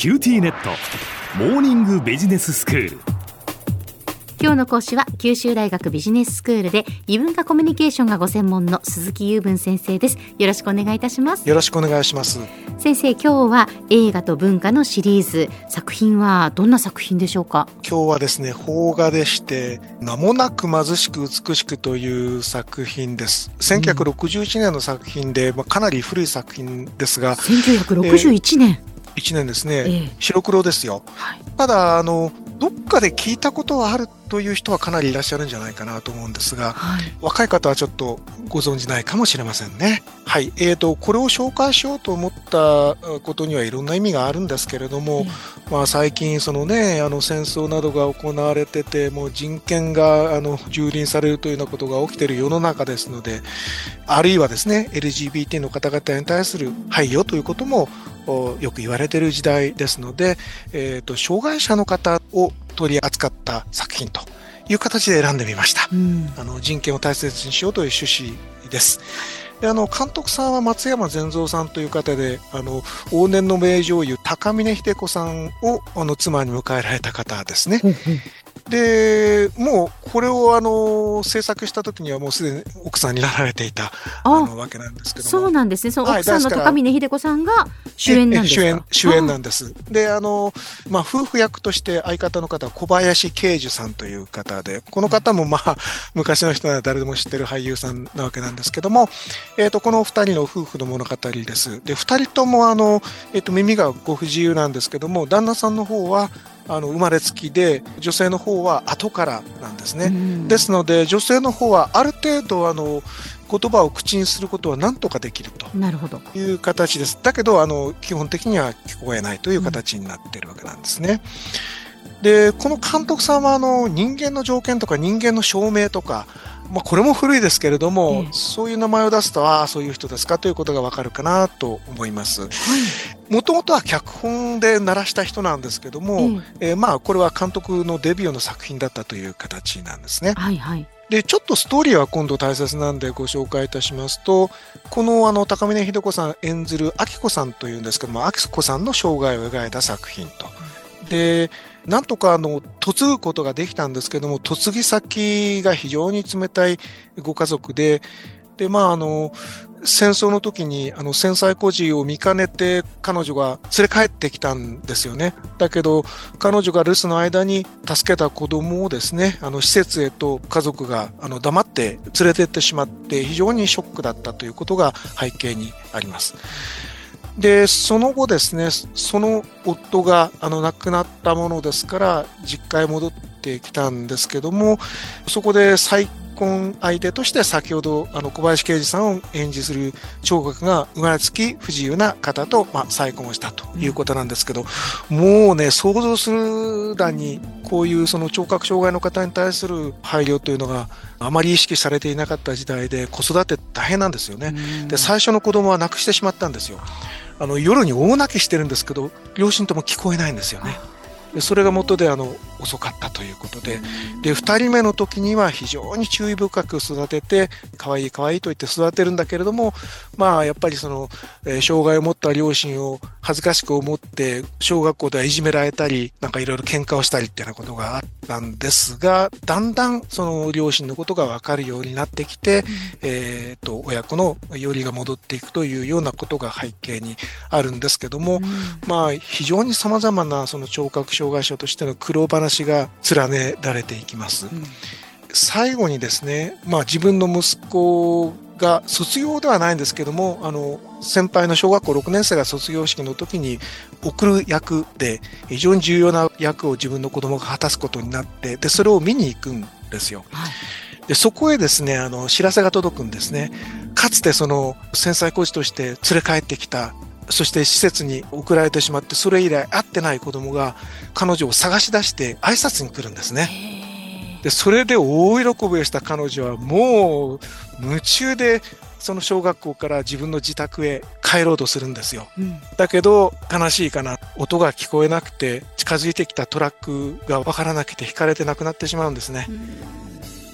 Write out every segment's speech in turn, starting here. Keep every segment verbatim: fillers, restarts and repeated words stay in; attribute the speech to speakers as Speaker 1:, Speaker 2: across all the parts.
Speaker 1: キューティーネットモーニングビジネススクール。
Speaker 2: 今日の講師は九州大学ビジネススクールで異文化コミュニケーションがご専門の鈴木雄文先生です。よろしくお願いいたします。
Speaker 3: よろしくお願いします。
Speaker 2: 先生、今日は映画と文化のシリーズ、作品はどんな作品でしょうか？
Speaker 3: 今日はですね、邦画でして名もなく貧しく美しくという作品です。せんきゅうひゃくろくじゅういちねんの作品で、まあ、かなり古い作品ですが、
Speaker 2: せんきゅうひゃくろくじゅういちねん、えー
Speaker 3: いちねんですね、
Speaker 2: ええ、
Speaker 3: 白黒ですよ、はい、ただあのどっかで聞いたことはあるという人はかなりいらっしゃるんじゃないかなと思うんですが、はい、若い方はちょっとご存じないかもしれませんね。はい、えーと、これを紹介しようと思ったことにはいろんな意味があるんですけれども、えーまあ、最近そのね、あの戦争などが行われてて、もう人権があの蹂躙されるというようなことが起きている世の中ですので、あるいはですね エルジービーティー の方々に対する配慮ということもよく言われている時代ですので、えーと、障害者の方を取り扱った作品という形で選んでみました、うん、あの人権を大切にしようという趣旨です。であの監督さんは松山善三さんという方で、あの往年の名女優高峰秀子さんをあの妻に迎えられた方ですね。でもうこれをあの制作した時にはもうすでに奥さんになられていたあのわけなんですけども。
Speaker 2: そうなんですね。その奥さんの高峰秀子さんが主演なんですか？
Speaker 3: 主演、主演なんです。であの、まあ、夫婦役として相方の方は小林慶樹さんという方で、この方もまあ昔の人なら誰でも知ってる俳優さんなわけなんですけども、えー、とこのふたりの夫婦の物語です。でふたりともあの、えー、と耳がご不自由なんですけども、旦那さんの方はあの生まれつきで、女性の方は後からなんですね。ですので女性の方はある程度あの言葉を口にすることは何とかできるという形です。だけどあの基本的には聞こえないという形になっているわけなんですね。でこの監督さんはあの人間の条件とか人間の証明とか、まあ、これも古いですけれども、ええ、そういう名前を出すと、ああそういう人ですかということがわかるかなと思います。もともとは脚本で鳴らした人なんですけども、えええー、まあこれは監督のデビューの作品だったという形なんですね。はいはい。でちょっとストーリーは今度大切なんでご紹介いたしますと、このあの高峰秀子さん演ずる明子さんというんですけども、明子さんの生涯を描いた作品と。でなんとかあの嫁ぐことができたんですけども、嫁ぎ先が非常に冷たいご家族で、でまああの戦争の時にあの戦災孤児を見かねて彼女が連れ帰ってきたんですよね。だけど彼女が留守の間に助けた子供をですね、あの施設へと家族があの黙って連れてってしまって、非常にショックだったということが背景にあります。でその後ですね、その夫があの亡くなったものですから実家へ戻ってきたんですけども、そこで再婚相手として先ほどあの小林慶二さんを演じする聴覚が生まれつき不自由な方と、まあ、再婚をしたということなんですけど、うん、もうね想像する段にこういうその聴覚障害の方に対する配慮というのがあまり意識されていなかった時代で、子育て大変なんですよね。うん、で最初の子供は亡くしてしまったんですよ。あの夜に大泣きしてるんですけど両親とも聞こえないんですよね。でそれが元であの遅かったということで、でふたりめの時には非常に注意深く育てて、可愛い可愛いと言って育てるんだけれども、まあやっぱりその、えー、障害を持った両親を恥ずかしく思って小学校ではいじめられたり、なんかいろいろ喧嘩をしたりっていうようなことがあったんですが、だんだんその両親のことが分かるようになってきて、うん、えー、と親子のよりが戻っていくというようなことが背景にあるんですけども、うん、まあ非常に様々なその聴覚障害者としての苦労話が連ねられていきます。うん、最後にですね、まあ自分の息子が卒業ではないんですけども、あの先輩の小学校ろくねん生が卒業式の時に送る役で非常に重要な役を自分の子供が果たすことになって、でそれを見に行くんですよ。はい、でそこへですね、あの知らせが届くんですね。かつてその戦災孤児として連れ帰ってきた、そして施設に送られてしまって、それ以来会ってない子供が彼女を探し出して挨拶に来るんですね。でそれで大喜びをした彼女はもう夢中でその小学校から自分の自宅へ帰ろうとするんですよ。うん、だけど悲しいかな、音が聞こえなくて近づいてきたトラックが分からなくてひかれて亡くなってしまうんですね。うん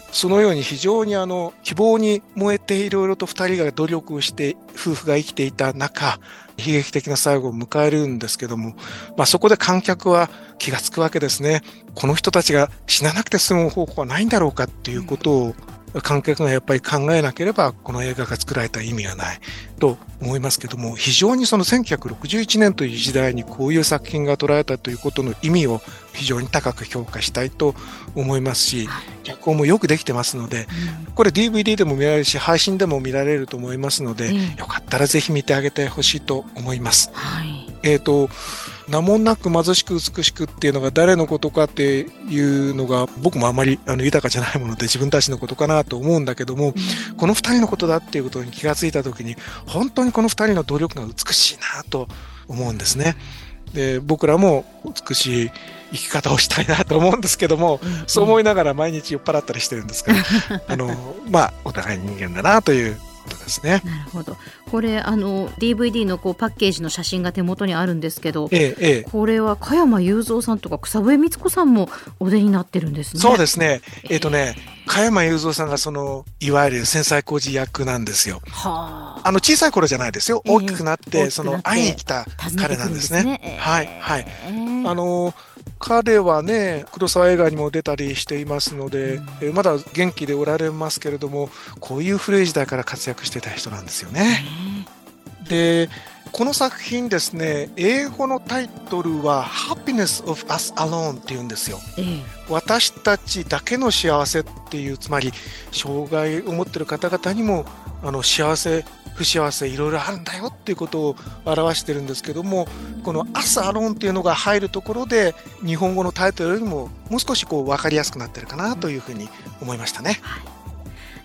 Speaker 3: そのように非常にあの希望に燃えていろいろとふたりが努力をして夫婦が生きていた中、悲劇的な最後を迎えるんですけども、まあ、そこで観客は気がつくわけですね。この人たちが死ななくて済む方法はないんだろうかっていうことを観客がやっぱり考えなければこの映画が作られた意味はないと思いますけども、非常にそのせんきゅうひゃくろくじゅういちねんという時代にこういう作品が捉えたということの意味を非常に高く評価したいと思いますし、脚本もよくできてますので、これ ディーブイディー でも見られるし配信でも見られると思いますので、よかったらぜひ見てあげてほしいと思います。はい、えっと名もなく貧しく美しくっていうのが誰のことかっていうのが僕もあまりあの豊かじゃないもので自分たちのことかなと思うんだけども、うん、この二人のことだっていうことに気がついたときに本当にこの二人の努力が美しいなと思うんですね。で、僕らも美しい生き方をしたいなと思うんですけども、うん、そう思いながら毎日酔っ払ったりしてるんですからあのまあお互い人間だなということですね。
Speaker 2: なるほど。これあの ディーブイディー のこうパッケージの写真が手元にあるんですけど、ええええ、これは加山雄三さんとか草笛光子さんもお出になってるんですね。
Speaker 3: そうですね。えっとね、えー、加山雄三さんがそのいわゆる戦災孤児役なんですよ。はあ、あの小さい頃じゃないですよ。大きくなって、えー、その会いに来た彼なんですね。ねえー、はいはい。えー、あの彼はね、黒沢映画にも出たりしていますので、うん、えー、まだ元気でおられますけれども、こういう古い時代から活躍してた人なんですよね。で、この作品ですね、英語のタイトルは Happiness of Us Alone っていうんですよ。ええ、私たちだけの幸せっていう、つまり障害を持っている方々にもあの幸せ不幸せいろいろあるんだよっていうことを表してるんですけども、この Us Alone っていうのが入るところで日本語のタイトルよりももう少しこう分かりやすくなってるかなというふうに思いましたね。はい、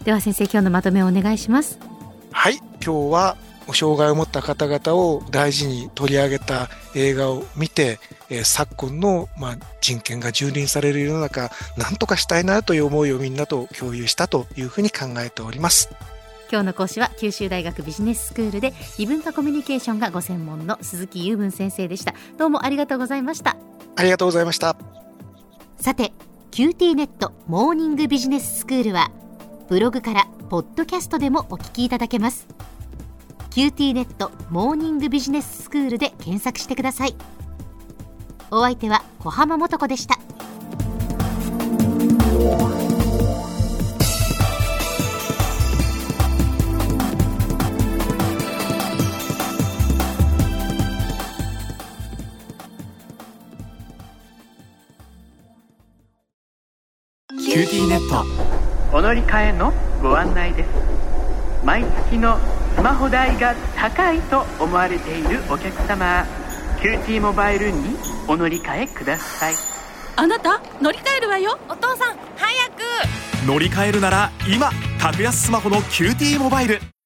Speaker 2: では先生、今日のまとめをお願いします。
Speaker 3: はい、今日は障害を持った方々を大事に取り上げた映画を見て、えー、昨今の、まあ、人権が蹂躙される世の中、何とかしたいなという思いをみんなと共有したというふうに考えております。
Speaker 2: 今日の講師は九州大学ビジネススクールで異文化コミュニケーションがご専門の鈴木雄文先生でした。どうもありがとうございました。
Speaker 3: ありがとうございました。
Speaker 2: さて、 キューティー ネットモーニングビジネススクールはブログからポッドキャストでもお聞きいただけます。キューティー ネットモーニングビジネススクールで検索してください。お相手は小浜もとこでした。
Speaker 1: キューティー ネット
Speaker 4: お乗り換えのご案内です。毎月のスマホ代が高いと思われているお客様、キューティーモバイルにお乗り換えください。
Speaker 5: あなた乗り換えるわよ。
Speaker 6: お父さん早く。
Speaker 1: 乗り換えるなら今、格安スマホの キューティー モバイル。